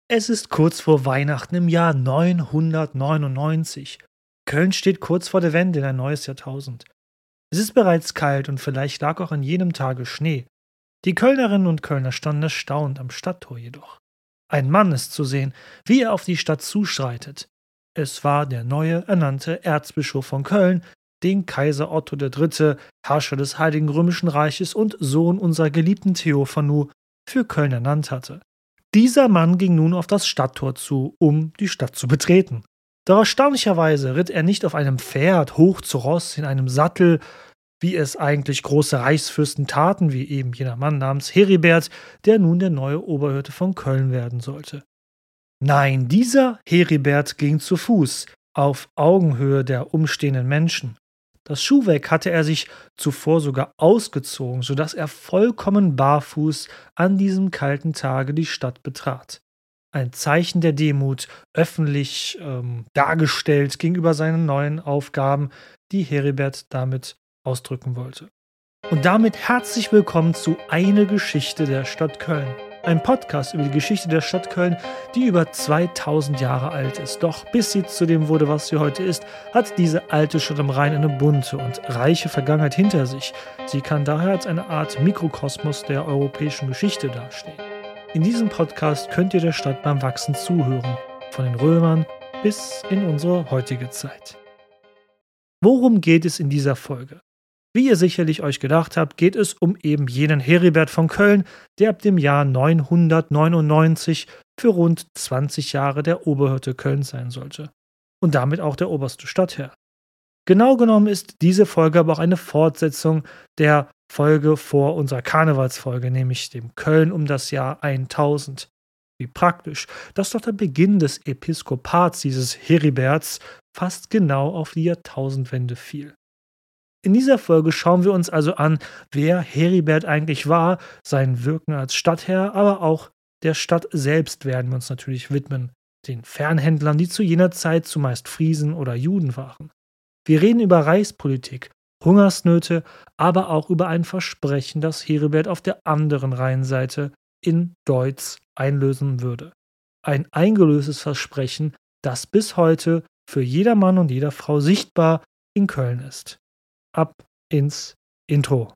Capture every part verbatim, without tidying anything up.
Es ist kurz vor Weihnachten im Jahr neunhundertneunundneunzig. Köln steht kurz vor der Wende in ein neues Jahrtausend. Es ist bereits kalt und vielleicht lag auch an jenem Tage Schnee. Die Kölnerinnen und Kölner standen erstaunt am Stadttor jedoch. Ein Mann ist zu sehen, wie er auf die Stadt zuschreitet. Es war der neue ernannte Erzbischof von Köln, den Kaiser Otto der Dritte., Herrscher des Heiligen Römischen Reiches und Sohn unserer geliebten Theophanu, für Köln ernannt hatte. Dieser Mann ging nun auf das Stadttor zu, um die Stadt zu betreten. Doch erstaunlicherweise ritt er nicht auf einem Pferd, hoch zu Ross, in einem Sattel, wie es eigentlich große Reichsfürsten taten, wie eben jener Mann namens Heribert, der nun der neue Oberhirte von Köln werden sollte. Nein, dieser Heribert ging zu Fuß, auf Augenhöhe der umstehenden Menschen. Das Schuhwerk hatte er sich zuvor sogar ausgezogen, sodass er vollkommen barfuß an diesem kalten Tage die Stadt betrat. Ein Zeichen der Demut, öffentlich ähm, dargestellt gegenüber seinen neuen Aufgaben, die Heribert damit ausdrücken wollte. Und damit herzlich willkommen zu Eine Geschichte der Stadt Köln. Ein Podcast über die Geschichte der Stadt Köln, die über zweitausend Jahre alt ist. Doch bis sie zu dem wurde, was sie heute ist, hat diese alte Stadt am Rhein eine bunte und reiche Vergangenheit hinter sich. Sie kann daher als eine Art Mikrokosmos der europäischen Geschichte dastehen. In diesem Podcast könnt ihr der Stadt beim Wachsen zuhören, von den Römern bis in unsere heutige Zeit. Worum geht es in dieser Folge? Wie ihr sicherlich euch gedacht habt, geht es um eben jenen Heribert von Köln, der ab dem Jahr neunhundertneunundneunzig für rund zwanzig Jahre der Oberhirte Kölns sein sollte und damit auch der oberste Stadtherr. Genau genommen ist diese Folge aber auch eine Fortsetzung der Folge vor unserer Karnevalsfolge, nämlich dem Köln um das Jahr tausend. Wie praktisch, dass doch der Beginn des Episkopats dieses Heriberts fast genau auf die Jahrtausendwende fiel. In dieser Folge schauen wir uns also an, wer Heribert eigentlich war, sein Wirken als Stadtherr, aber auch der Stadt selbst werden wir uns natürlich widmen, den Fernhändlern, die zu jener Zeit zumeist Friesen oder Juden waren. Wir reden über Reichspolitik, Hungersnöte, aber auch über ein Versprechen, das Heribert auf der anderen Rheinseite in Deutz einlösen würde. Ein eingelöstes Versprechen, das bis heute für jeder Mann und jeder Frau sichtbar in Köln ist. Ab ins Intro.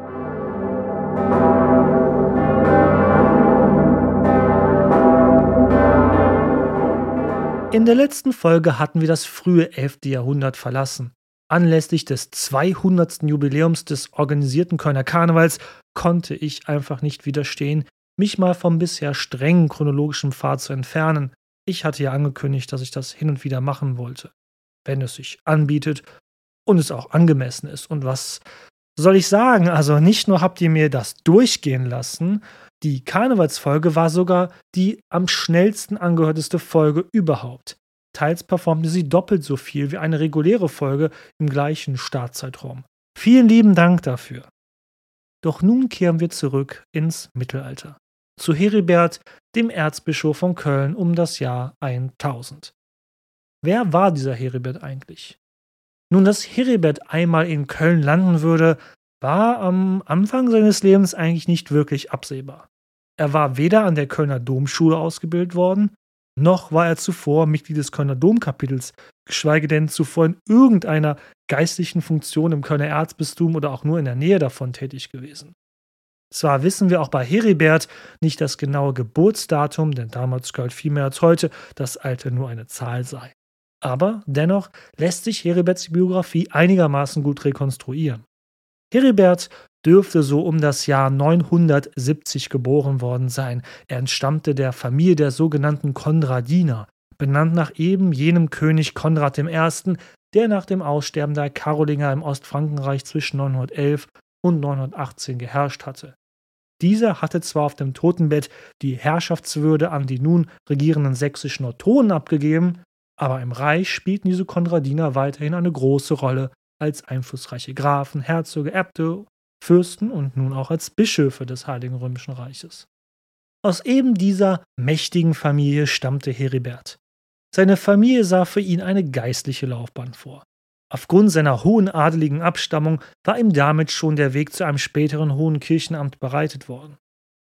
In der letzten Folge hatten wir das frühe elfte Jahrhundert verlassen. Anlässlich des zweihundertsten Jubiläums des organisierten Kölner Karnevals konnte ich einfach nicht widerstehen, mich mal vom bisher strengen chronologischen Pfad zu entfernen. Ich hatte ja angekündigt, dass ich das hin und wieder machen wollte, wenn es sich anbietet und es auch angemessen ist. Und was soll ich sagen? Also nicht nur habt ihr mir das durchgehen lassen, die Karnevalsfolge war sogar die am schnellsten angehörteste Folge überhaupt. Teils performte sie doppelt so viel wie eine reguläre Folge im gleichen Startzeitraum. Vielen lieben Dank dafür. Doch nun kehren wir zurück ins Mittelalter. Zu Heribert, dem Erzbischof von Köln um das Jahr tausend. Wer war dieser Heribert eigentlich? Nun, dass Heribert einmal in Köln landen würde, war am Anfang seines Lebens eigentlich nicht wirklich absehbar. Er war weder an der Kölner Domschule ausgebildet worden, noch war er zuvor Mitglied des Kölner Domkapitels, geschweige denn zuvor in irgendeiner geistlichen Funktion im Kölner Erzbistum oder auch nur in der Nähe davon tätig gewesen. Zwar wissen wir auch bei Heribert nicht das genaue Geburtsdatum, denn damals galt viel mehr als heute, dass Alter nur eine Zahl sei. Aber dennoch lässt sich Heriberts Biografie einigermaßen gut rekonstruieren. Heribert dürfte so um das Jahr neunhundertsiebzig geboren worden sein. Er entstammte der Familie der sogenannten Konradiner, benannt nach eben jenem König Konrad der Erste., der nach dem Aussterben der Karolinger im Ostfrankenreich zwischen neunhundertelf und neunhundertachtzehn geherrscht hatte. Dieser hatte zwar auf dem Totenbett die Herrschaftswürde an die nun regierenden sächsischen Ottonen abgegeben, aber im Reich spielten diese Konradiner weiterhin eine große Rolle als einflussreiche Grafen, Herzöge, Äbte, Fürsten und nun auch als Bischöfe des Heiligen Römischen Reiches. Aus eben dieser mächtigen Familie stammte Heribert. Seine Familie sah für ihn eine geistliche Laufbahn vor. Aufgrund seiner hohen adeligen Abstammung war ihm damit schon der Weg zu einem späteren hohen Kirchenamt bereitet worden.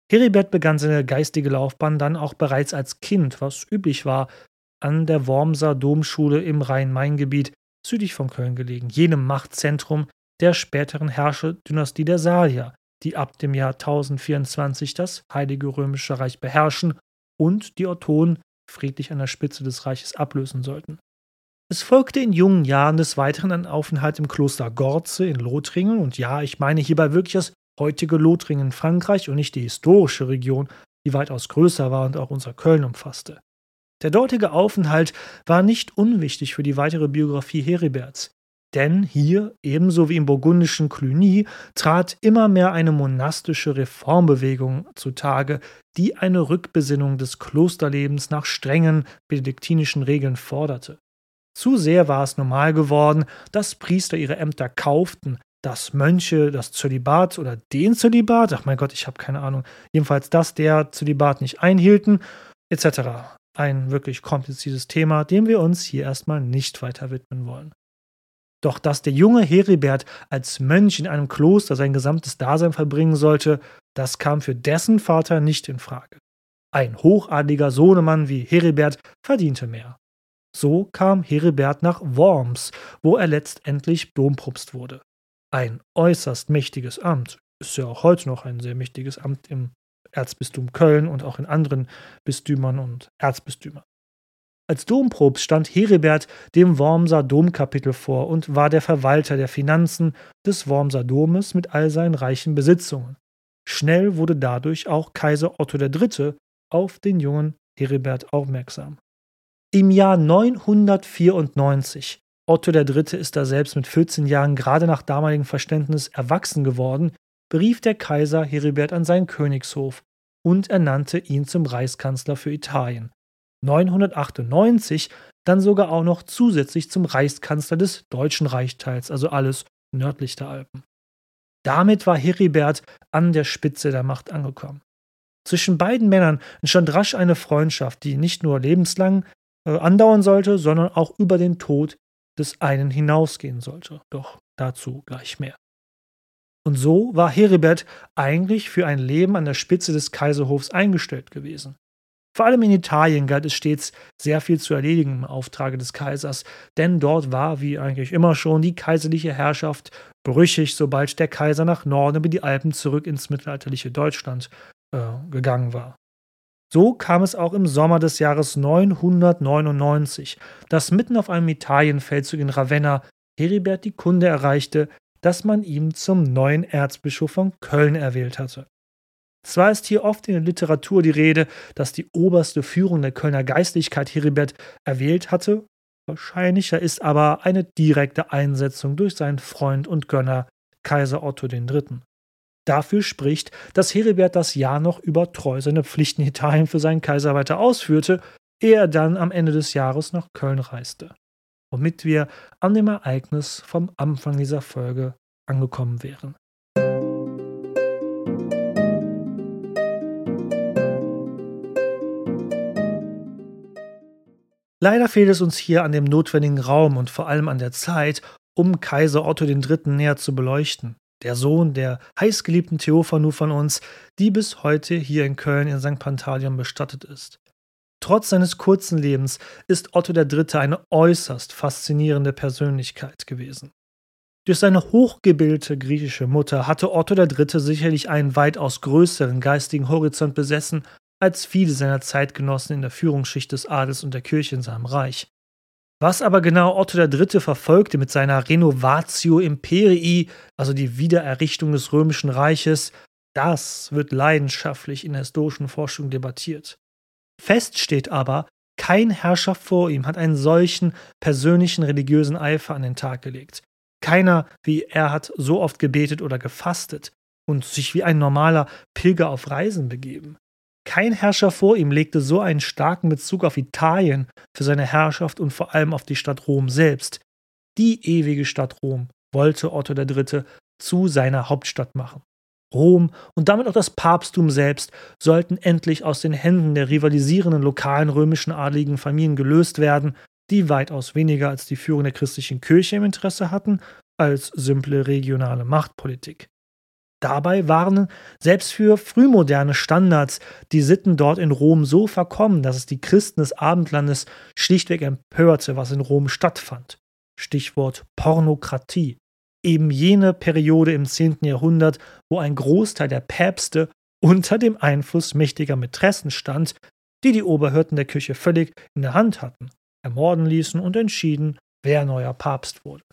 Heribert begann seine geistige Laufbahn dann auch bereits als Kind, was üblich war, an der Wormser Domschule im Rhein-Main-Gebiet, südlich von Köln gelegen, jenem Machtzentrum der späteren Herrscherdynastie der Salier, die ab dem Jahr tausendvierundzwanzig das Heilige Römische Reich beherrschen und die Ottonen friedlich an der Spitze des Reiches ablösen sollten. Es folgte in jungen Jahren des Weiteren ein Aufenthalt im Kloster Gorze in Lothringen, und ja, ich meine hierbei wirklich das heutige Lothringen in Frankreich und nicht die historische Region, die weitaus größer war und auch unser Köln umfasste. Der dortige Aufenthalt war nicht unwichtig für die weitere Biografie Heriberts, denn hier, ebenso wie im burgundischen Cluny, trat immer mehr eine monastische Reformbewegung zutage, die eine Rückbesinnung des Klosterlebens nach strengen benediktinischen Regeln forderte. Zu sehr war es normal geworden, dass Priester ihre Ämter kauften, dass Mönche das Zölibat oder den Zölibat, ach mein Gott, ich habe keine Ahnung, jedenfalls das der Zölibat nicht einhielten, et cetera. Ein wirklich kompliziertes Thema, dem wir uns hier erstmal nicht weiter widmen wollen. Doch dass der junge Heribert als Mönch in einem Kloster sein gesamtes Dasein verbringen sollte, das kam für dessen Vater nicht in Frage. Ein hochadliger Sohnemann wie Heribert verdiente mehr. So kam Heribert nach Worms, wo er letztendlich Dompropst wurde. Ein äußerst mächtiges Amt, ist ja auch heute noch ein sehr mächtiges Amt im Erzbistum Köln und auch in anderen Bistümern und Erzbistümern. Als Dompropst stand Heribert dem Wormser Domkapitel vor und war der Verwalter der Finanzen des Wormser Domes mit all seinen reichen Besitzungen. Schnell wurde dadurch auch Kaiser Otto der Dritte auf den jungen Heribert aufmerksam. Im Jahr neunhundertvierundneunzig, Otto der Dritte ist da selbst mit vierzehn Jahren gerade nach damaligem Verständnis erwachsen geworden, berief der Kaiser Heribert an seinen Königshof und ernannte ihn zum Reichskanzler für Italien. neunhundertachtundneunzig dann sogar auch noch zusätzlich zum Reichskanzler des Deutschen Reichsteils, also alles nördlich der Alpen. Damit war Heribert an der Spitze der Macht angekommen. Zwischen beiden Männern entstand rasch eine Freundschaft, die nicht nur lebenslang äh, andauern sollte, sondern auch über den Tod des einen hinausgehen sollte. Doch dazu gleich mehr. Und so war Heribert eigentlich für ein Leben an der Spitze des Kaiserhofs eingestellt gewesen. Vor allem in Italien galt es stets sehr viel zu erledigen im Auftrage des Kaisers, denn dort war, wie eigentlich immer schon, die kaiserliche Herrschaft brüchig, sobald der Kaiser nach Norden über die Alpen zurück ins mittelalterliche Deutschland äh, gegangen war. So kam es auch im Sommer des Jahres neunhundertneunundneunzig, dass mitten auf einem Italienfeldzug in Ravenna Heribert die Kunde erreichte, dass man ihn zum neuen Erzbischof von Köln erwählt hatte. Zwar ist hier oft in der Literatur die Rede, dass die oberste Führung der Kölner Geistlichkeit Heribert erwählt hatte, wahrscheinlicher ist aber eine direkte Einsetzung durch seinen Freund und Gönner Kaiser Otto der Dritte. Dafür spricht, dass Heribert das Jahr noch über treu seine Pflichten in Italien für seinen Kaiser weiter ausführte, ehe er dann am Ende des Jahres nach Köln reiste. Womit wir an dem Ereignis vom Anfang dieser Folge angekommen wären. Leider fehlt es uns hier an dem notwendigen Raum und vor allem an der Zeit, um Kaiser Otto der Dritte näher zu beleuchten. Der Sohn der heißgeliebten Theophanu von uns, die bis heute hier in Köln in Sankt Pantaleon bestattet ist. Trotz seines kurzen Lebens ist Otto der Dritte eine äußerst faszinierende Persönlichkeit gewesen. Durch seine hochgebildete griechische Mutter hatte Otto der Dritte sicherlich einen weitaus größeren geistigen Horizont besessen als viele seiner Zeitgenossen in der Führungsschicht des Adels und der Kirche in seinem Reich. Was aber genau Otto der Dritte verfolgte mit seiner Renovatio Imperii, also die Wiedererrichtung des Römischen Reiches, das wird leidenschaftlich in der historischen Forschung debattiert. Fest steht aber, kein Herrscher vor ihm hat einen solchen persönlichen religiösen Eifer an den Tag gelegt. Keiner wie er hat so oft gebetet oder gefastet und sich wie ein normaler Pilger auf Reisen begeben. Kein Herrscher vor ihm legte so einen starken Bezug auf Italien für seine Herrschaft und vor allem auf die Stadt Rom selbst. Die ewige Stadt Rom wollte Otto der Dritte zu seiner Hauptstadt machen. Rom und damit auch das Papsttum selbst sollten endlich aus den Händen der rivalisierenden lokalen römischen adligen Familien gelöst werden, die weitaus weniger als die Führung der christlichen Kirche im Interesse hatten, als simple regionale Machtpolitik. Dabei waren selbst für frühmoderne Standards die Sitten dort in Rom so verkommen, dass es die Christen des Abendlandes schlichtweg empörte, was in Rom stattfand. Stichwort Pornokratie. Eben jene Periode im zehnten Jahrhundert, wo ein Großteil der Päpste unter dem Einfluss mächtiger Mätressen stand, die die Oberhirten der Kirche völlig in der Hand hatten, ermorden ließen und entschieden, wer neuer Papst wurde.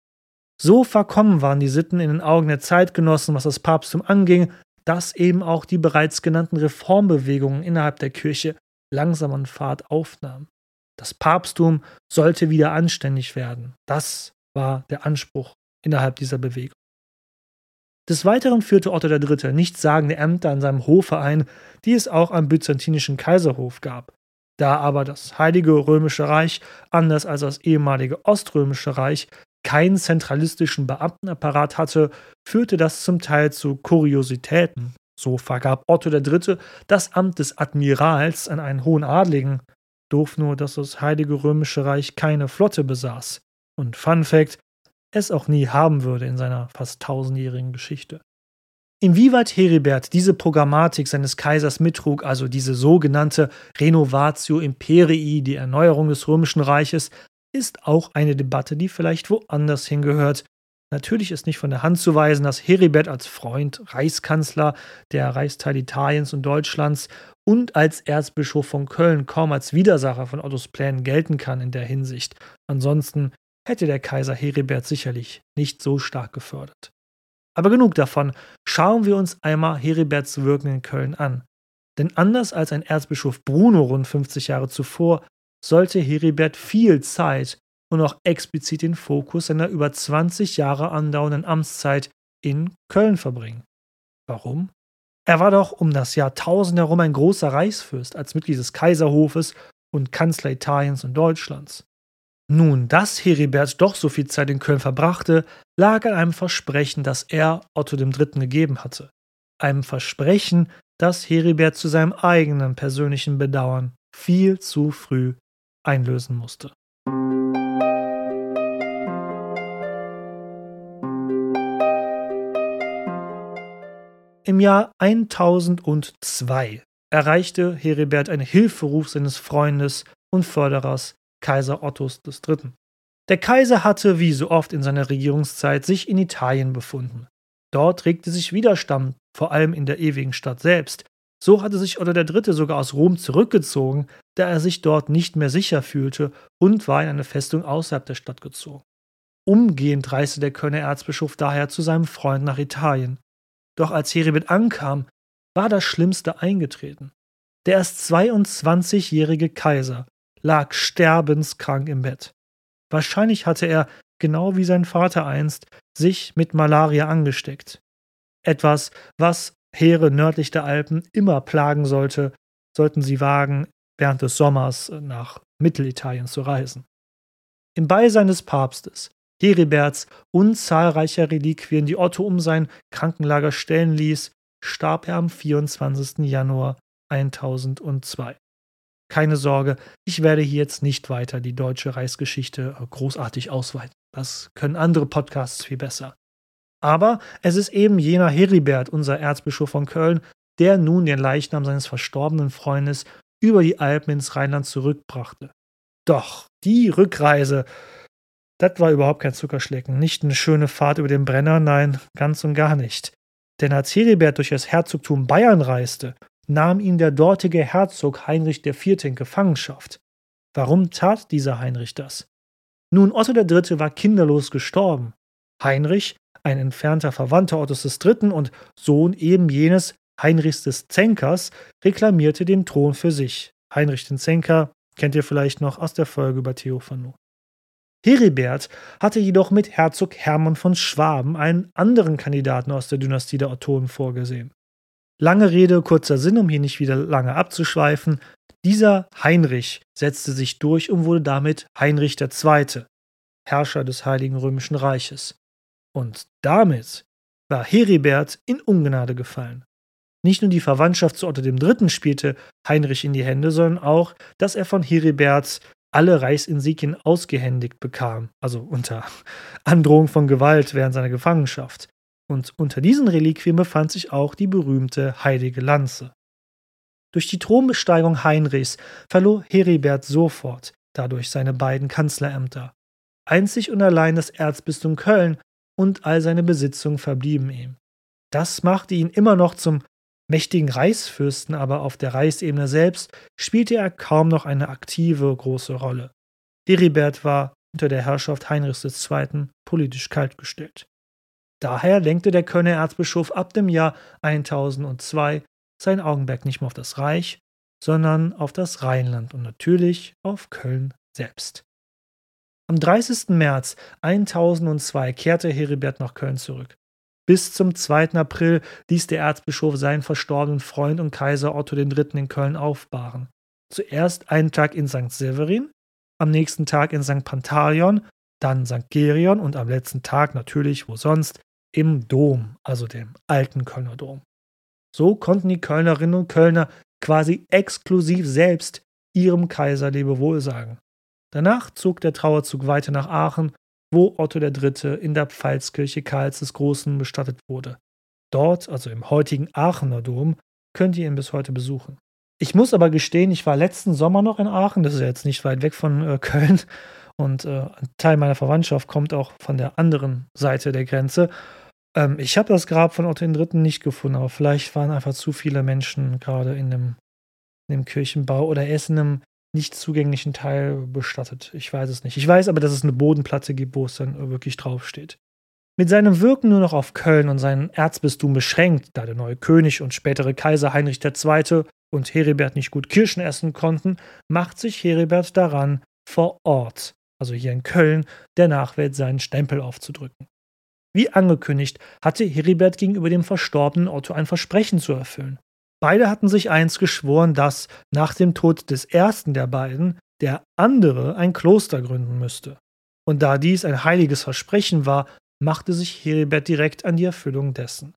So verkommen waren die Sitten in den Augen der Zeitgenossen, was das Papsttum anging, dass eben auch die bereits genannten Reformbewegungen innerhalb der Kirche langsam an Fahrt aufnahmen. Das Papsttum sollte wieder anständig werden. Das war der Anspruch innerhalb dieser Bewegung. Des Weiteren führte Otto der Dritte nichtssagende Ämter an seinem Hofe ein, die es auch am byzantinischen Kaiserhof gab. Da aber das Heilige Römische Reich, anders als das ehemalige Oströmische Reich, keinen zentralistischen Beamtenapparat hatte, führte das zum Teil zu Kuriositäten. So vergab Otto der Dritte das Amt des Admirals an einen hohen Adligen, doof nur, dass das Heilige Römische Reich keine Flotte besaß und Fun Fact, es auch nie haben würde in seiner fast tausendjährigen Geschichte. Inwieweit Heribert diese Programmatik seines Kaisers mittrug, also diese sogenannte Renovatio Imperii, die Erneuerung des Römischen Reiches, ist auch eine Debatte, die vielleicht woanders hingehört. Natürlich ist nicht von der Hand zu weisen, dass Heribert als Freund, Reichskanzler der Reichsteile Italiens und Deutschlands und als Erzbischof von Köln kaum als Widersacher von Ottos Plänen gelten kann in der Hinsicht. Ansonsten hätte der Kaiser Heribert sicherlich nicht so stark gefördert. Aber genug davon, schauen wir uns einmal Heriberts Wirken in Köln an. Denn anders als ein Erzbischof Bruno rund fünfzig Jahre zuvor, sollte Heribert viel Zeit und auch explizit den Fokus seiner über zwanzig Jahre andauernden Amtszeit in Köln verbringen. Warum? Er war doch um das Jahrtausend herum ein großer Reichsfürst als Mitglied des Kaiserhofes und Kanzler Italiens und Deutschlands. Nun, dass Heribert doch so viel Zeit in Köln verbrachte, lag an einem Versprechen, das er Otto dem Dritten gegeben hatte. Einem Versprechen, das Heribert zu seinem eigenen persönlichen Bedauern viel zu früh einlösen musste. Im Jahr eintausendzwei erreichte Heribert einen Hilferuf seines Freundes und Förderers Kaiser Ottos des Dritten. Der Kaiser hatte, wie so oft in seiner Regierungszeit, sich in Italien befunden. Dort regte sich Widerstand, vor allem in der ewigen Stadt selbst. So hatte sich Otto der Dritte sogar aus Rom zurückgezogen, da er sich dort nicht mehr sicher fühlte und war in eine Festung außerhalb der Stadt gezogen. Umgehend reiste der Kölner Erzbischof daher zu seinem Freund nach Italien. Doch als Heribert ankam, war das Schlimmste eingetreten. Der erst zweiundzwanzigjährige Kaiser lag sterbenskrank im Bett. Wahrscheinlich hatte er, genau wie sein Vater einst, sich mit Malaria angesteckt. Etwas, was Heere nördlich der Alpen immer plagen sollte, sollten sie wagen, während des Sommers nach Mittelitalien zu reisen. Im Beisein des Papstes, Heriberts und zahlreicher Reliquien, die Otto um sein Krankenlager stellen ließ, starb er am vierundzwanzigsten Januar eintausendzwei. Keine Sorge, ich werde hier jetzt nicht weiter die deutsche Reichsgeschichte großartig ausweiten. Das können andere Podcasts viel besser. Aber es ist eben jener Heribert, unser Erzbischof von Köln, der nun den Leichnam seines verstorbenen Freundes über die Alpen ins Rheinland zurückbrachte. Doch die Rückreise, das war überhaupt kein Zuckerschlecken. Nicht eine schöne Fahrt über den Brenner, nein, ganz und gar nicht. Denn als Heribert durch das Herzogtum Bayern reiste, nahm ihn der dortige Herzog Heinrich der Vierte in Gefangenschaft. Warum tat dieser Heinrich das? Nun, Otto der Dritte war kinderlos gestorben. Heinrich, ein entfernter Verwandter Ottos des Dritten und Sohn eben jenes Heinrichs des Zänkers, reklamierte den Thron für sich. Heinrich den Zänker kennt ihr vielleicht noch aus der Folge über Theophano. Heribert hatte jedoch mit Herzog Hermann von Schwaben einen anderen Kandidaten aus der Dynastie der Ottonen vorgesehen. Lange Rede, kurzer Sinn, um hier nicht wieder lange abzuschweifen. Dieser Heinrich setzte sich durch und wurde damit Heinrich der Zweite, Herrscher des Heiligen Römischen Reiches. Und damit war Heribert in Ungnade gefallen. Nicht nur die Verwandtschaft zu Otto dem Dritten spielte Heinrich in die Hände, sondern auch, dass er von Heribert alle Reichsinsignien ausgehändigt bekam, also unter Androhung von Gewalt während seiner Gefangenschaft. Und unter diesen Reliquien befand sich auch die berühmte Heilige Lanze. Durch die Thronbesteigung Heinrichs verlor Heribert sofort dadurch seine beiden Kanzlerämter. Einzig und allein das Erzbistum Köln und all seine Besitzungen verblieben ihm. Das machte ihn immer noch zum mächtigen Reichsfürsten, aber auf der Reichsebene selbst spielte er kaum noch eine aktive große Rolle. Heribert war unter der Herrschaft Heinrichs des Zweiten politisch kaltgestellt. Daher lenkte der Kölner Erzbischof ab dem Jahr eintausendzwei sein Augenmerk nicht mehr auf das Reich, sondern auf das Rheinland und natürlich auf Köln selbst. Am dreißigsten März eintausendzwei kehrte Heribert nach Köln zurück. Bis zum zweiten April ließ der Erzbischof seinen verstorbenen Freund und Kaiser Otto der Dritte in Köln aufbahren. Zuerst einen Tag in Sankt Severin, am nächsten Tag in Sankt Pantaleon, dann Sankt Gerion und am letzten Tag natürlich, wo sonst, im Dom, also dem alten Kölner Dom. So konnten die Kölnerinnen und Kölner quasi exklusiv selbst ihrem Kaiser Lebewohl sagen. Danach zog der Trauerzug weiter nach Aachen, wo Otto der Dritte in der Pfalzkirche Karls des Großen bestattet wurde. Dort, also im heutigen Aachener Dom, könnt ihr ihn bis heute besuchen. Ich muss aber gestehen, ich war letzten Sommer noch in Aachen, das ist ja jetzt nicht weit weg von äh, Köln, und äh, ein Teil meiner Verwandtschaft kommt auch von der anderen Seite der Grenze. Ähm, ich habe das Grab von Otto der Dritte nicht gefunden, aber vielleicht waren einfach zu viele Menschen gerade in dem, in dem Kirchenbau oder er ist in einem nicht zugänglichen Teil bestattet. Ich weiß es nicht. Ich weiß aber, dass es eine Bodenplatte gibt, wo es dann wirklich draufsteht. Mit seinem Wirken nur noch auf Köln und sein Erzbistum beschränkt, da der neue König und spätere Kaiser Heinrich der Zweite und Heribert nicht gut Kirschen essen konnten, macht sich Heribert daran, vor Ort, also hier in Köln, der Nachwelt seinen Stempel aufzudrücken. Wie angekündigt, hatte Heribert gegenüber dem verstorbenen Otto ein Versprechen zu erfüllen. Beide hatten sich einst geschworen, dass nach dem Tod des ersten der beiden der andere ein Kloster gründen müsste. Und da dies ein heiliges Versprechen war, machte sich Heribert direkt an die Erfüllung dessen.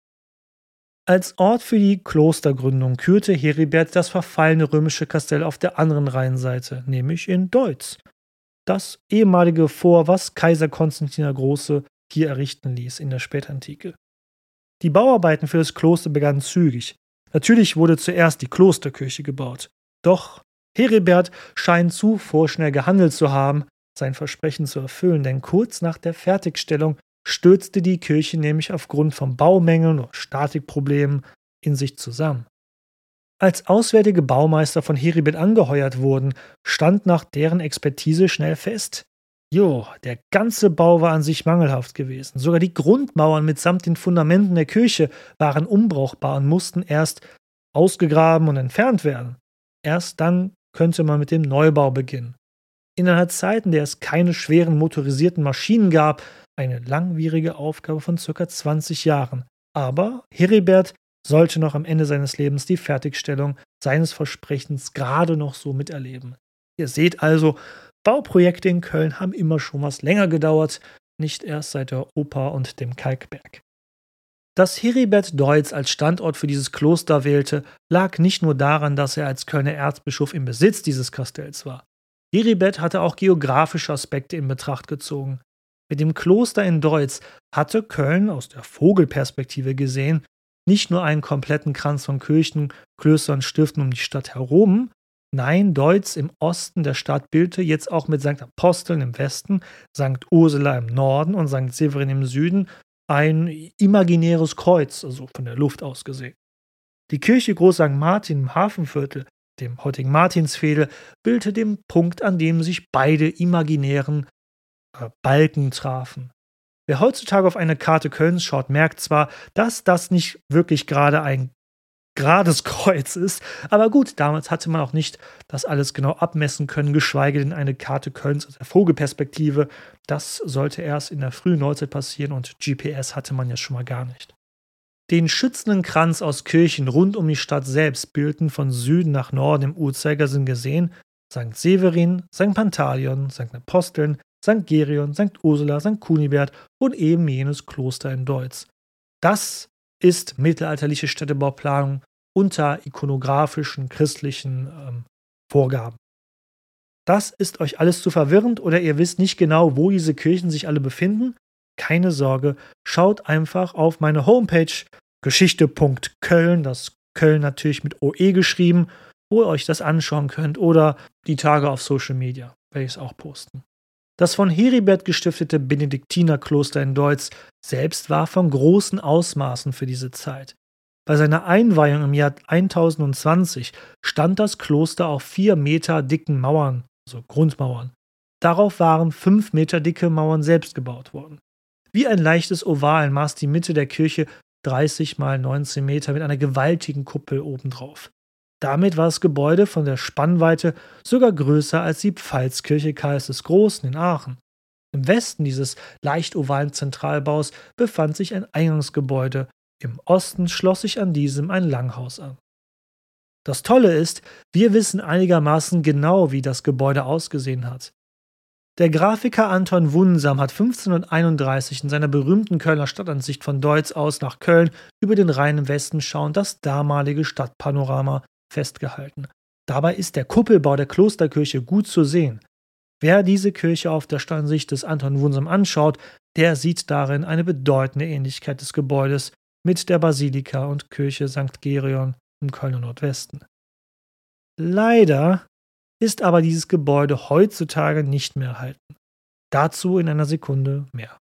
Als Ort für die Klostergründung kürte Heribert das verfallene römische Kastell auf der anderen Rheinseite, nämlich in Deutz. Das ehemalige Fort, was Kaiser Konstantin der Große hier errichten ließ in der Spätantike. Die Bauarbeiten für das Kloster begannen zügig. Natürlich wurde zuerst die Klosterkirche gebaut. Doch Heribert scheint zu vorschnell gehandelt zu haben, sein Versprechen zu erfüllen, denn kurz nach der Fertigstellung stürzte die Kirche nämlich aufgrund von Baumängeln oder Statikproblemen in sich zusammen. Als auswärtige Baumeister von Heribert angeheuert wurden, stand nach deren Expertise schnell fest: Jo, der ganze Bau war an sich mangelhaft gewesen. Sogar die Grundmauern mitsamt den Fundamenten der Kirche waren unbrauchbar und mussten erst ausgegraben und entfernt werden. Erst dann könnte man mit dem Neubau beginnen. In einer Zeit, in der es keine schweren motorisierten Maschinen gab, eine langwierige Aufgabe von ca. zwanzig Jahren. Aber Heribert sollte noch am Ende seines Lebens die Fertigstellung seines Versprechens gerade noch so miterleben. Ihr seht also, Bauprojekte in Köln haben immer schon was länger gedauert, nicht erst seit der Oper und dem Kalkberg. Dass Heribert Deutz als Standort für dieses Kloster wählte, lag nicht nur daran, dass er als Kölner Erzbischof im Besitz dieses Kastells war. Heribert hatte auch geografische Aspekte in Betracht gezogen. Mit dem Kloster in Deutz hatte Köln aus der Vogelperspektive gesehen nicht nur einen kompletten Kranz von Kirchen, Klöstern und Stiften um die Stadt herum. Nein, Deutz im Osten der Stadt bildete jetzt auch mit Sankt Aposteln im Westen, Sankt Ursula im Norden und Sankt Severin im Süden ein imaginäres Kreuz, also von der Luft aus gesehen. Die Kirche Groß Sankt Martin im Hafenviertel, dem heutigen Martinsveedel, bildete den Punkt, an dem sich beide imaginären äh, Balken trafen. Wer heutzutage auf eine Karte Kölns schaut, merkt zwar, dass das nicht wirklich gerade ein gerades Kreuz ist, aber gut, damals hatte man auch nicht das alles genau abmessen können, geschweige denn eine Karte Kölns aus der Vogelperspektive. Das sollte erst in der frühen Neuzeit passieren und G P S hatte man ja schon mal gar nicht. Den schützenden Kranz aus Kirchen rund um die Stadt selbst bildeten von Süden nach Norden im Uhrzeigersinn gesehen Sankt Severin, Sankt Pantaleon, Sankt Aposteln, Sankt Gerion, Sankt Ursula, Sankt Kunibert und eben jenes Kloster in Deutz. Das ist mittelalterliche Städtebauplanung unter ikonografischen, christlichen ähm, Vorgaben. Das ist euch alles zu verwirrend oder ihr wisst nicht genau, wo diese Kirchen sich alle befinden? Keine Sorge, schaut einfach auf meine Homepage geschichte Punkt köln, das Köln natürlich mit O E geschrieben, wo ihr euch das anschauen könnt oder die Tage auf Social Media, werde ich es auch posten. Das von Heribert gestiftete Benediktinerkloster in Deutz selbst war von großen Ausmaßen für diese Zeit. Bei seiner Einweihung im Jahr tausendzwanzig stand das Kloster auf vier Meter dicken Mauern, also Grundmauern. Darauf waren fünf Meter dicke Mauern selbst gebaut worden. Wie ein leichtes Oval maß die Mitte der Kirche dreißig mal neunzehn Meter mit einer gewaltigen Kuppel obendrauf. Damit war das Gebäude von der Spannweite sogar größer als die Pfalzkirche Karls des Großen in Aachen. Im Westen dieses leicht ovalen Zentralbaus befand sich ein Eingangsgebäude, im Osten schloss sich an diesem ein Langhaus an. Das Tolle ist, wir wissen einigermaßen genau, wie das Gebäude ausgesehen hat. Der Grafiker Anton Wunsam hat fünfzehnhunderteinunddreißig in seiner berühmten Kölner Stadtansicht von Deutz aus nach Köln über den Rhein im Westen schauend das damalige Stadtpanorama festgehalten. Dabei ist der Kuppelbau der Klosterkirche gut zu sehen. Wer diese Kirche auf der Stadtansicht des Anton Wunsam anschaut, der sieht darin eine bedeutende Ähnlichkeit des Gebäudes mit der Basilika und Kirche Sankt Gereon im Kölner Nordwesten. Leider ist aber dieses Gebäude heutzutage nicht mehr erhalten. Dazu in einer Sekunde mehr.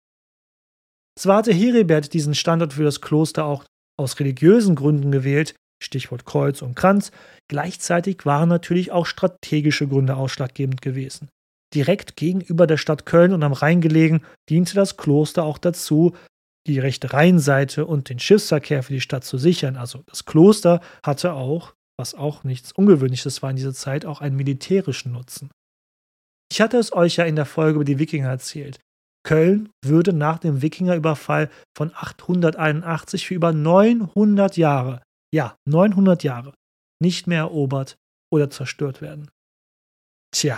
Zwar hatte Heribert diesen Standort für das Kloster auch aus religiösen Gründen gewählt, Stichwort Kreuz und Kranz, gleichzeitig waren natürlich auch strategische Gründe ausschlaggebend gewesen. Direkt gegenüber der Stadt Köln und am Rhein gelegen, diente das Kloster auch dazu, die rechte Rheinseite und den Schiffsverkehr für die Stadt zu sichern. Also das Kloster hatte auch, was auch nichts Ungewöhnliches war in dieser Zeit, auch einen militärischen Nutzen. Ich hatte es euch ja in der Folge über die Wikinger erzählt. Köln würde nach dem Wikingerüberfall von achthunderteinundachtzig für über neunhundert Jahre, ja, neunhundert Jahre, nicht mehr erobert oder zerstört werden. Tja,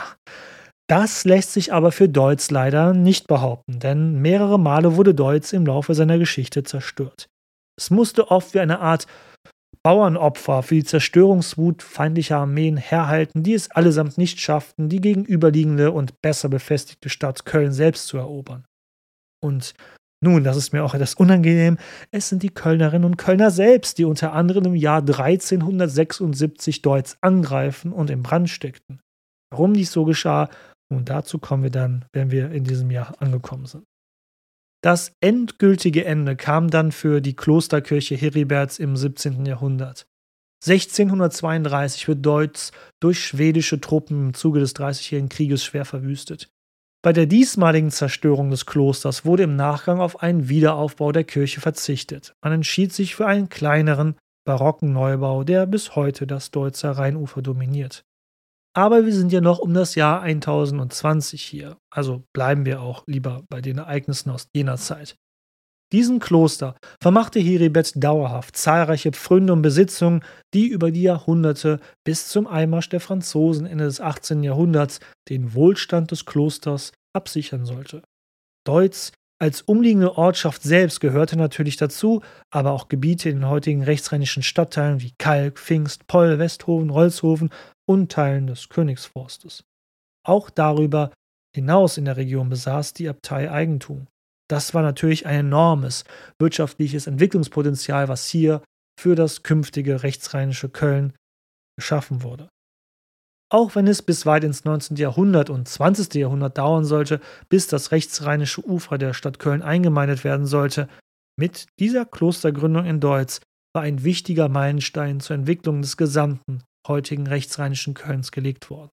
das lässt sich aber für Deutz leider nicht behaupten, denn mehrere Male wurde Deutz im Laufe seiner Geschichte zerstört. Es musste oft wie eine Art Bauernopfer für die Zerstörungswut feindlicher Armeen herhalten, die es allesamt nicht schafften, die gegenüberliegende und besser befestigte Stadt Köln selbst zu erobern. Und nun, das ist mir auch etwas unangenehm, es sind die Kölnerinnen und Kölner selbst, die unter anderem im Jahr dreizehnhundertsechsundsiebzig Deutz angreifen und in Brand steckten. Warum dies so geschah, nun dazu kommen wir dann, wenn wir in diesem Jahr angekommen sind. Das endgültige Ende kam dann für die Klosterkirche Heriberts im siebzehnten Jahrhundert. sechzehnhundertzweiunddreißig wird Deutz durch schwedische Truppen im Zuge des Dreißigjährigen Krieges schwer verwüstet. Bei der diesmaligen Zerstörung des Klosters wurde im Nachgang auf einen Wiederaufbau der Kirche verzichtet. Man entschied sich für einen kleineren, barocken Neubau, der bis heute das Deutzer Rheinufer dominiert. Aber wir sind ja noch um das Jahr tausendzwanzig hier, also bleiben wir auch lieber bei den Ereignissen aus jener Zeit. Diesem Kloster vermachte Heribert dauerhaft zahlreiche Pfründe und Besitzungen, die über die Jahrhunderte bis zum Einmarsch der Franzosen Ende des achtzehnten Jahrhunderts den Wohlstand des Klosters absichern sollte. Deutz als umliegende Ortschaft selbst gehörte natürlich dazu, aber auch Gebiete in den heutigen rechtsrheinischen Stadtteilen wie Kalk, Pfingst, Poll, Westhofen, Rolzhofen und Teilen des Königsforstes. Auch darüber hinaus in der Region besaß die Abtei Eigentum. Das war natürlich ein enormes wirtschaftliches Entwicklungspotenzial, was hier für das künftige rechtsrheinische Köln geschaffen wurde. Auch wenn es bis weit ins neunzehnten Jahrhundert und zwanzigsten Jahrhundert dauern sollte, bis das rechtsrheinische Ufer der Stadt Köln eingemeindet werden sollte, mit dieser Klostergründung in Deutz war ein wichtiger Meilenstein zur Entwicklung des gesamten heutigen rechtsrheinischen Kölns gelegt worden.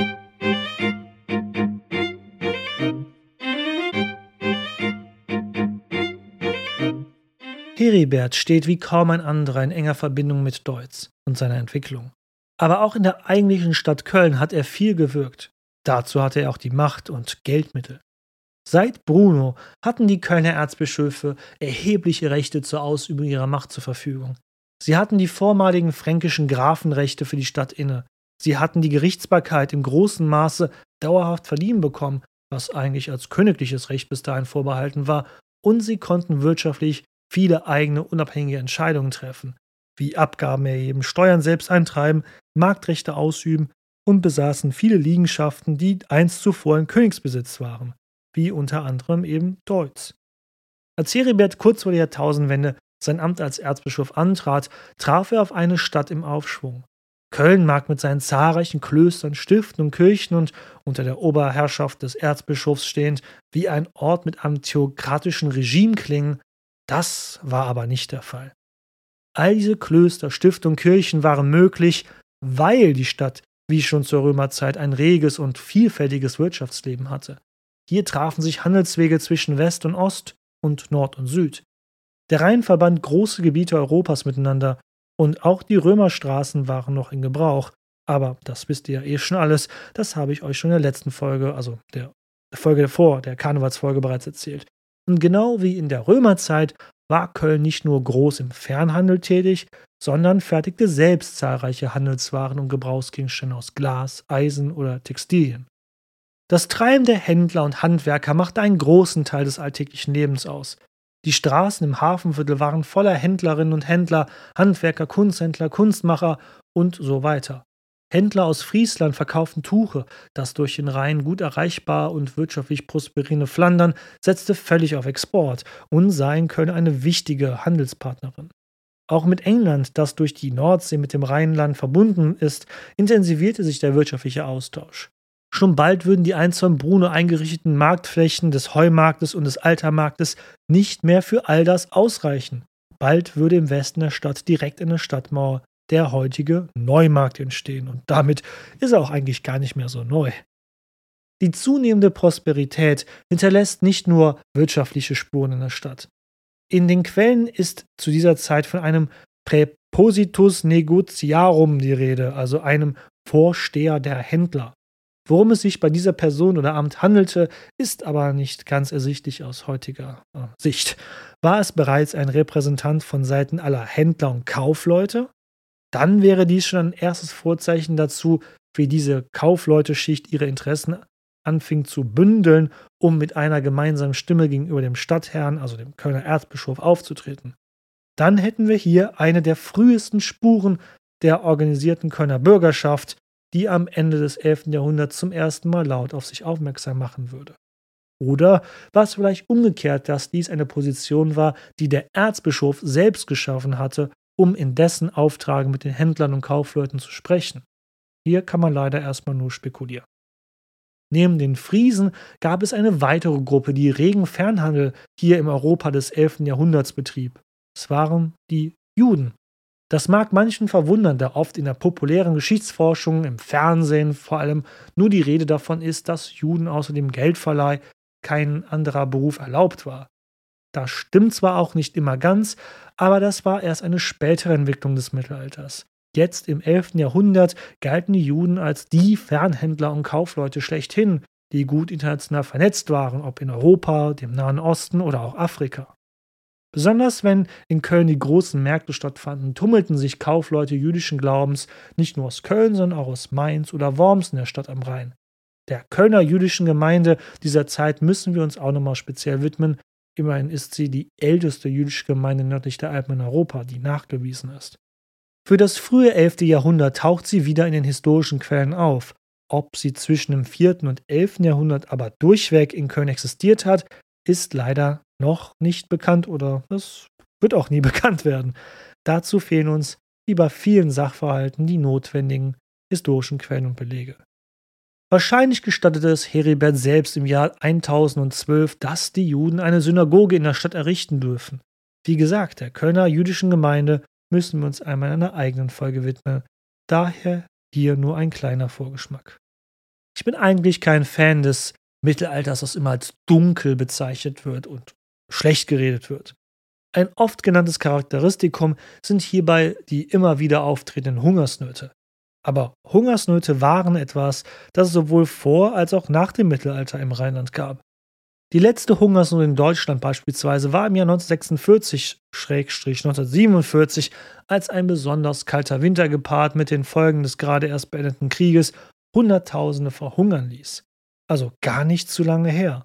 Heribert steht wie kaum ein anderer in enger Verbindung mit Deutz und seiner Entwicklung. Aber auch in der eigentlichen Stadt Köln hat er viel gewirkt. Dazu hatte er auch die Macht und Geldmittel. Seit Bruno hatten die Kölner Erzbischöfe erhebliche Rechte zur Ausübung ihrer Macht zur Verfügung. Sie hatten die vormaligen fränkischen Grafenrechte für die Stadt inne. Sie hatten die Gerichtsbarkeit im großen Maße dauerhaft verliehen bekommen, was eigentlich als königliches Recht bis dahin vorbehalten war, und sie konnten wirtschaftlich viele eigene unabhängige Entscheidungen treffen, wie Abgaben erheben, Steuern selbst eintreiben, Marktrechte ausüben und besaßen viele Liegenschaften, die einst zuvor in Königsbesitz waren, wie unter anderem eben Deutz. Als Heribert kurz vor der Jahrtausendwende sein Amt als Erzbischof antrat, traf er auf eine Stadt im Aufschwung. Köln mag mit seinen zahlreichen Klöstern, Stiften und Kirchen und unter der Oberherrschaft des Erzbischofs stehend wie ein Ort mit einem theokratischen Regime klingen, das war aber nicht der Fall. All diese Klöster, Stifte und Kirchen waren möglich, weil die Stadt, wie schon zur Römerzeit, ein reges und vielfältiges Wirtschaftsleben hatte. Hier trafen sich Handelswege zwischen West und Ost und Nord und Süd. Der Rhein verband große Gebiete Europas miteinander und auch die Römerstraßen waren noch in Gebrauch. Aber das wisst ihr ja eh schon alles, das habe ich euch schon in der letzten Folge, also der Folge davor, der Karnevalsfolge bereits erzählt. Und genau wie in der Römerzeit war Köln nicht nur groß im Fernhandel tätig, sondern fertigte selbst zahlreiche Handelswaren und Gebrauchsgegenstände aus Glas, Eisen oder Textilien. Das Treiben der Händler und Handwerker machte einen großen Teil des alltäglichen Lebens aus. Die Straßen im Hafenviertel waren voller Händlerinnen und Händler, Handwerker, Kunsthändler, Kunstmacher und so weiter. Händler aus Friesland verkauften Tuche, das durch den Rhein gut erreichbar und wirtschaftlich prosperierende Flandern setzte völlig auf Export und sah in Köln eine wichtige Handelspartnerin. Auch mit England, das durch die Nordsee mit dem Rheinland verbunden ist, intensivierte sich der wirtschaftliche Austausch. Schon bald würden die einst von Bruno eingerichteten Marktflächen des Heumarktes und des Altermarktes nicht mehr für all das ausreichen. Bald würde im Westen der Stadt direkt in der Stadtmauer der heutige Neumarkt entstehen und damit ist er auch eigentlich gar nicht mehr so neu. Die zunehmende Prosperität hinterlässt nicht nur wirtschaftliche Spuren in der Stadt. In den Quellen ist zu dieser Zeit von einem Präpositus negotiarum die Rede, also einem Vorsteher der Händler. Worum es sich bei dieser Person oder Amt handelte, ist aber nicht ganz ersichtlich aus heutiger äh, Sicht. War es bereits ein Repräsentant von Seiten aller Händler und Kaufleute? Dann wäre dies schon ein erstes Vorzeichen dazu, wie diese Kaufleute-Schicht ihre Interessen anfing zu bündeln, um mit einer gemeinsamen Stimme gegenüber dem Stadtherrn, also dem Kölner Erzbischof, aufzutreten. Dann hätten wir hier eine der frühesten Spuren der organisierten Kölner Bürgerschaft, die am Ende des elften Jahrhunderts zum ersten Mal laut auf sich aufmerksam machen würde. Oder war es vielleicht umgekehrt, dass dies eine Position war, die der Erzbischof selbst geschaffen hatte, um in dessen Auftrag mit den Händlern und Kaufleuten zu sprechen? Hier kann man leider erstmal nur spekulieren. Neben den Friesen gab es eine weitere Gruppe, die regen Fernhandel hier im Europa des elften Jahrhunderts betrieb. Es waren die Juden. Das mag manchen verwundern, da oft in der populären Geschichtsforschung, im Fernsehen vor allem, nur die Rede davon ist, dass Juden außer dem Geldverleih kein anderer Beruf erlaubt war. Das stimmt zwar auch nicht immer ganz, aber das war erst eine spätere Entwicklung des Mittelalters. Jetzt im elften Jahrhundert galten die Juden als die Fernhändler und Kaufleute schlechthin, die gut international vernetzt waren, ob in Europa, dem Nahen Osten oder auch Afrika. Besonders wenn in Köln die großen Märkte stattfanden, tummelten sich Kaufleute jüdischen Glaubens nicht nur aus Köln, sondern auch aus Mainz oder Worms in der Stadt am Rhein. Der Kölner jüdischen Gemeinde dieser Zeit müssen wir uns auch nochmal speziell widmen. Immerhin ist sie die älteste jüdische Gemeinde nördlich der Alpen in Europa, die nachgewiesen ist. Für das frühe elfte Jahrhundert taucht sie wieder in den historischen Quellen auf. Ob sie zwischen dem vierten und elften Jahrhundert aber durchweg in Köln existiert hat, ist leider noch nicht bekannt oder es wird auch nie bekannt werden. Dazu fehlen uns, wie bei vielen Sachverhalten, die notwendigen historischen Quellen und Belege. Wahrscheinlich gestattete es Heribert selbst im Jahr tausendzwölf, dass die Juden eine Synagoge in der Stadt errichten dürfen. Wie gesagt, der Kölner jüdischen Gemeinde müssen wir uns einmal in einer eigenen Folge widmen. Daher hier nur ein kleiner Vorgeschmack. Ich bin eigentlich kein Fan des Mittelalters, das immer als dunkel bezeichnet wird und schlecht geredet wird. Ein oft genanntes Charakteristikum sind hierbei die immer wieder auftretenden Hungersnöte. Aber Hungersnöte waren etwas, das es sowohl vor als auch nach dem Mittelalter im Rheinland gab. Die letzte Hungersnot in Deutschland beispielsweise war im Jahr neunzehnhundertsechsundvierzig neunzehnhundertsiebenundvierzig, als ein besonders kalter Winter gepaart mit den Folgen des gerade erst beendeten Krieges Hunderttausende verhungern ließ. Also gar nicht zu lange her.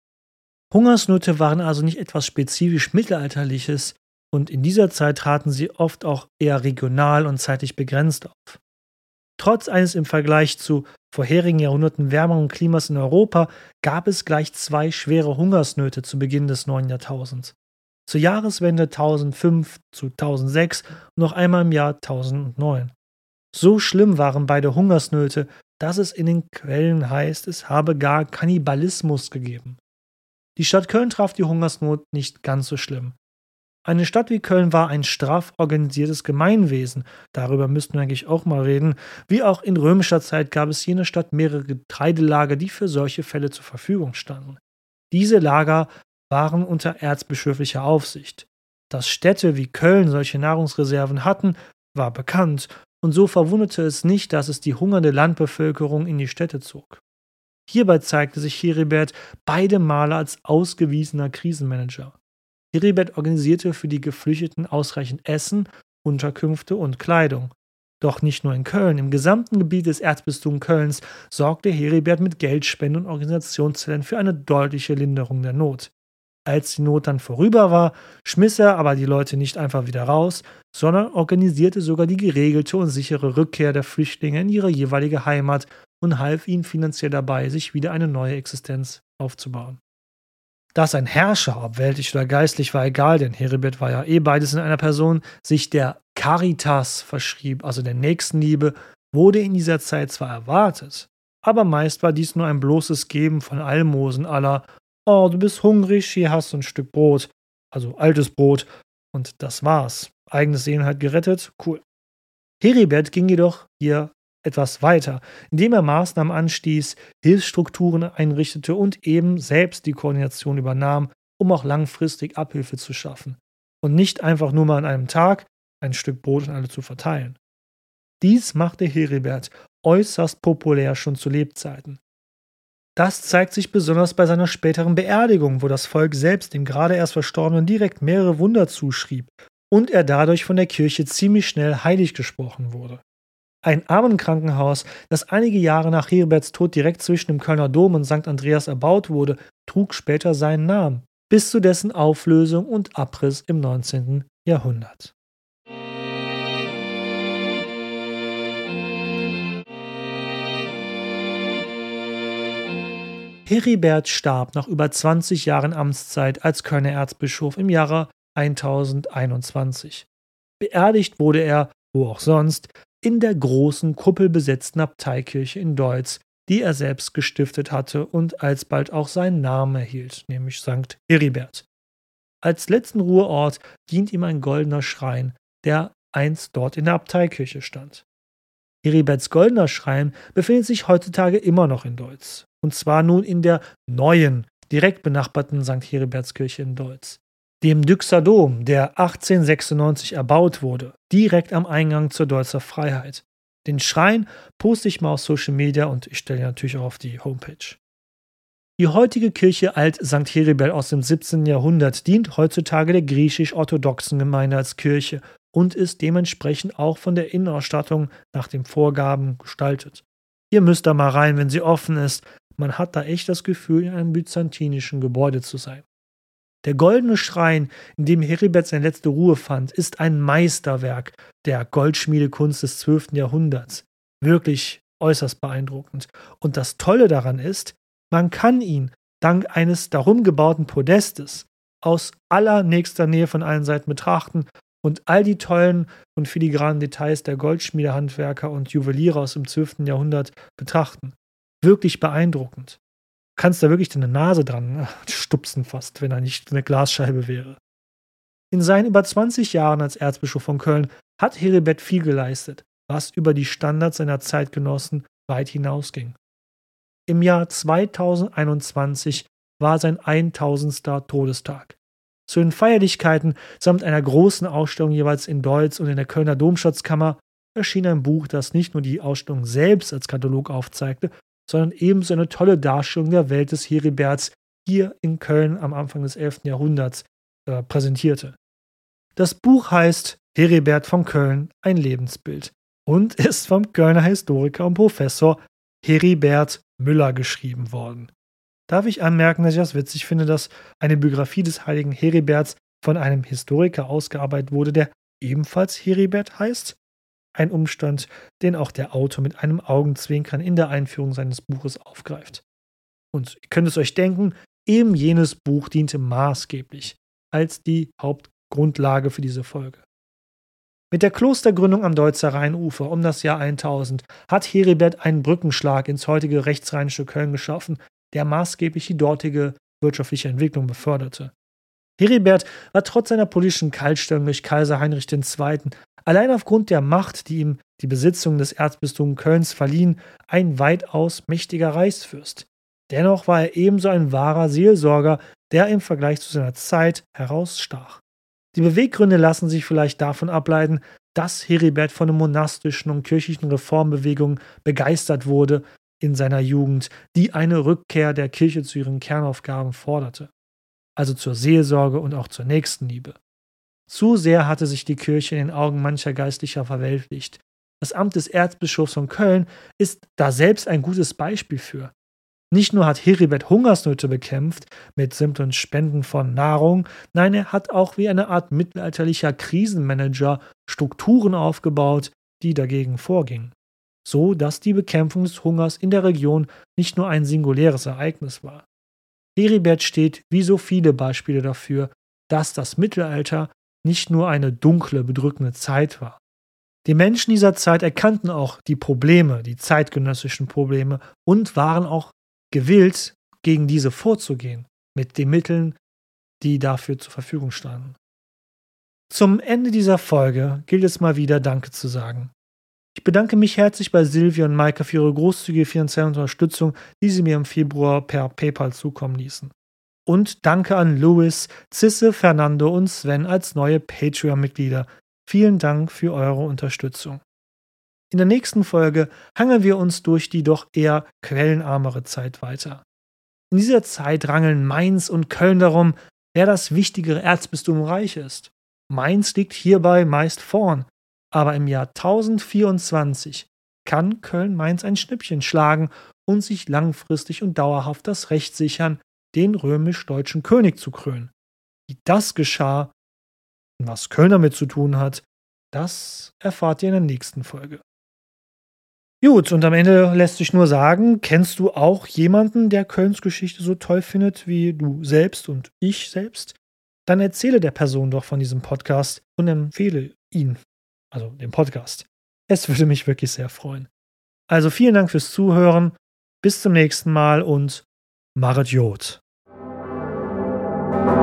Hungersnöte waren also nicht etwas spezifisch Mittelalterliches und in dieser Zeit traten sie oft auch eher regional und zeitlich begrenzt auf. Trotz eines im Vergleich zu vorherigen Jahrhunderten wärmeren Klimas in Europa gab es gleich zwei schwere Hungersnöte zu Beginn des neuen Jahrtausends. zur Jahreswende tausendfünf zu tausendsechs und noch einmal im Jahr tausendneun. So schlimm waren beide Hungersnöte, dass es in den Quellen heißt, es habe gar Kannibalismus gegeben. Die Stadt Köln traf die Hungersnot nicht ganz so schlimm. Eine Stadt wie Köln war ein straff organisiertes Gemeinwesen. Darüber müssten wir eigentlich auch mal reden. Wie auch in römischer Zeit gab es jene Stadt mehrere Getreidelager, die für solche Fälle zur Verfügung standen. Diese Lager waren unter erzbischöflicher Aufsicht. Dass Städte wie Köln solche Nahrungsreserven hatten, war bekannt, und so verwunderte es nicht, dass es die hungernde Landbevölkerung in die Städte zog. Hierbei zeigte sich Heribert beide Male als ausgewiesener Krisenmanager. Heribert organisierte für die Geflüchteten ausreichend Essen, Unterkünfte und Kleidung. Doch nicht nur in Köln, im gesamten Gebiet des Erzbistums Kölns sorgte Heribert mit Geldspenden und Organisationszellen für eine deutliche Linderung der Not. Als die Not dann vorüber war, schmiss er aber die Leute nicht einfach wieder raus, sondern organisierte sogar die geregelte und sichere Rückkehr der Flüchtlinge in ihre jeweilige Heimat und half ihnen finanziell dabei, sich wieder eine neue Existenz aufzubauen. Dass ein Herrscher, ob weltlich oder geistlich, war egal, denn Heribert war ja eh beides in einer Person, sich der Caritas verschrieb, also der Nächstenliebe, wurde in dieser Zeit zwar erwartet, aber meist war dies nur ein bloßes Geben von Almosen aller „Oh, du bist hungrig, hier hast du ein Stück Brot“, also altes Brot, und das war's. Eigenes Seelen halt gerettet, cool. Heribert ging jedoch hier etwas weiter, indem er Maßnahmen anstieß, Hilfsstrukturen einrichtete und eben selbst die Koordination übernahm, um auch langfristig Abhilfe zu schaffen und nicht einfach nur mal an einem Tag ein Stück Brot an alle zu verteilen. Dies machte Heribert äußerst populär schon zu Lebzeiten. Das zeigt sich besonders bei seiner späteren Beerdigung, wo das Volk selbst dem gerade erst Verstorbenen direkt mehrere Wunder zuschrieb und er dadurch von der Kirche ziemlich schnell heilig gesprochen wurde. Ein Armenkrankenhaus, das einige Jahre nach Heriberts Tod direkt zwischen dem Kölner Dom und Sankt Andreas erbaut wurde, trug später seinen Namen, bis zu dessen Auflösung und Abriss im neunzehnten Jahrhundert. Heribert starb nach über zwanzig Jahren Amtszeit als Kölner Erzbischof im Jahre tausendeinundzwanzig. Beerdigt wurde er, wo auch sonst, in der großen kuppelbesetzten Abteikirche in Deutz, die er selbst gestiftet hatte und alsbald auch seinen Namen erhielt, nämlich Sankt Heribert. Als letzten Ruheort dient ihm ein goldener Schrein, der einst dort in der Abteikirche stand. Heriberts goldener Schrein befindet sich heutzutage immer noch in Deutz, und zwar nun in der neuen, direkt benachbarten Sankt Heribertskirche in Deutz. Dem Düxer Dom, der achtzehnhundertsechsundneunzig erbaut wurde, direkt am Eingang zur Deutzer Freiheit. Den Schrein poste ich mal auf Social Media und ich stelle ihn natürlich auch auf die Homepage. Die heutige Kirche Alt Sankt Heribert aus dem siebzehnten Jahrhundert dient heutzutage der griechisch-orthodoxen Gemeinde als Kirche und ist dementsprechend auch von der Innenausstattung nach den Vorgaben gestaltet. Ihr müsst da mal rein, wenn sie offen ist. Man hat da echt das Gefühl, in einem byzantinischen Gebäude zu sein. Der goldene Schrein, in dem Heribert seine letzte Ruhe fand, ist ein Meisterwerk der Goldschmiedekunst des zwölften Jahrhunderts. Wirklich äußerst beeindruckend. Und das Tolle daran ist, man kann ihn dank eines darum gebauten Podestes aus allernächster Nähe von allen Seiten betrachten und all die tollen und filigranen Details der Goldschmiedehandwerker und Juweliere aus dem zwölften Jahrhundert betrachten. Wirklich beeindruckend. Du kannst da wirklich deine Nase dran stupsen fast, wenn er nicht eine Glasscheibe wäre. In seinen über zwanzig Jahren als Erzbischof von Köln hat Heribert viel geleistet, was über die Standards seiner Zeitgenossen weit hinausging. Im Jahr zweitausendeinundzwanzig war sein tausendster Todestag. Zu den Feierlichkeiten samt einer großen Ausstellung jeweils in Deutz und in der Kölner Domschatzkammer erschien ein Buch, das nicht nur die Ausstellung selbst als Katalog aufzeigte, sondern ebenso eine tolle Darstellung der Welt des Heriberts hier in Köln am Anfang des elften Jahrhunderts äh, präsentierte. Das Buch heißt Heribert von Köln, ein Lebensbild und ist vom Kölner Historiker und Professor Heribert Müller geschrieben worden. Darf ich anmerken, dass ich das witzig finde, dass eine Biografie des heiligen Heriberts von einem Historiker ausgearbeitet wurde, der ebenfalls Heribert heißt? Ein Umstand, den auch der Autor mit einem Augenzwinkern in der Einführung seines Buches aufgreift. Und ihr könnt es euch denken, eben jenes Buch diente maßgeblich als die Hauptgrundlage für diese Folge. Mit der Klostergründung am Deutzer Rheinufer um das Jahr tausend hat Heribert einen Brückenschlag ins heutige rechtsrheinische Köln geschaffen, der maßgeblich die dortige wirtschaftliche Entwicklung beförderte. Heribert war trotz seiner politischen Kaltstellung durch Kaiser Heinrich der Zweite. allein aufgrund der Macht, die ihm die Besitzungen des Erzbistums Kölns verliehen, ein weitaus mächtiger Reichsfürst. Dennoch war er ebenso ein wahrer Seelsorger, der im Vergleich zu seiner Zeit herausstach. Die Beweggründe lassen sich vielleicht davon ableiten, dass Heribert von den monastischen und kirchlichen Reformbewegungen begeistert wurde in seiner Jugend, die eine Rückkehr der Kirche zu ihren Kernaufgaben forderte, also zur Seelsorge und auch zur Nächstenliebe. Zu sehr hatte sich die Kirche in den Augen mancher Geistlicher verweltlicht. Das Amt des Erzbischofs von Köln ist da selbst ein gutes Beispiel für. Nicht nur hat Heribert Hungersnöte bekämpft mit simplen Spenden von Nahrung, nein, er hat auch wie eine Art mittelalterlicher Krisenmanager Strukturen aufgebaut, die dagegen vorgingen, so dass die Bekämpfung des Hungers in der Region nicht nur ein singuläres Ereignis war. Heribert steht wie so viele Beispiele dafür, dass das Mittelalter nicht nur eine dunkle, bedrückende Zeit war. Die Menschen dieser Zeit erkannten auch die Probleme, die zeitgenössischen Probleme und waren auch gewillt, gegen diese vorzugehen, mit den Mitteln, die dafür zur Verfügung standen. Zum Ende dieser Folge gilt es mal wieder Danke zu sagen. Ich bedanke mich herzlich bei Silvia und Maike für ihre großzügige finanzielle Unterstützung, die sie mir im Februar per PayPal zukommen ließen. Und danke an Louis, Zisse, Fernando und Sven als neue Patreon-Mitglieder. Vielen Dank für eure Unterstützung. In der nächsten Folge hangeln wir uns durch die doch eher quellenarmere Zeit weiter. In dieser Zeit rangeln Mainz und Köln darum, wer das wichtigere Erzbistum im Reich ist. Mainz liegt hierbei meist vorn, aber im Jahr tausendvierundzwanzig kann Köln-Mainz ein Schnippchen schlagen und sich langfristig und dauerhaft das Recht sichern, den römisch-deutschen König zu krönen. Wie das geschah und was Köln damit zu tun hat, das erfahrt ihr in der nächsten Folge. Gut, und am Ende lässt sich nur sagen, kennst du auch jemanden, der Kölns Geschichte so toll findet wie du selbst und ich selbst? Dann erzähle der Person doch von diesem Podcast und empfehle ihn, also den Podcast. Es würde mich wirklich sehr freuen. Also vielen Dank fürs Zuhören, bis zum nächsten Mal und Maret Jod.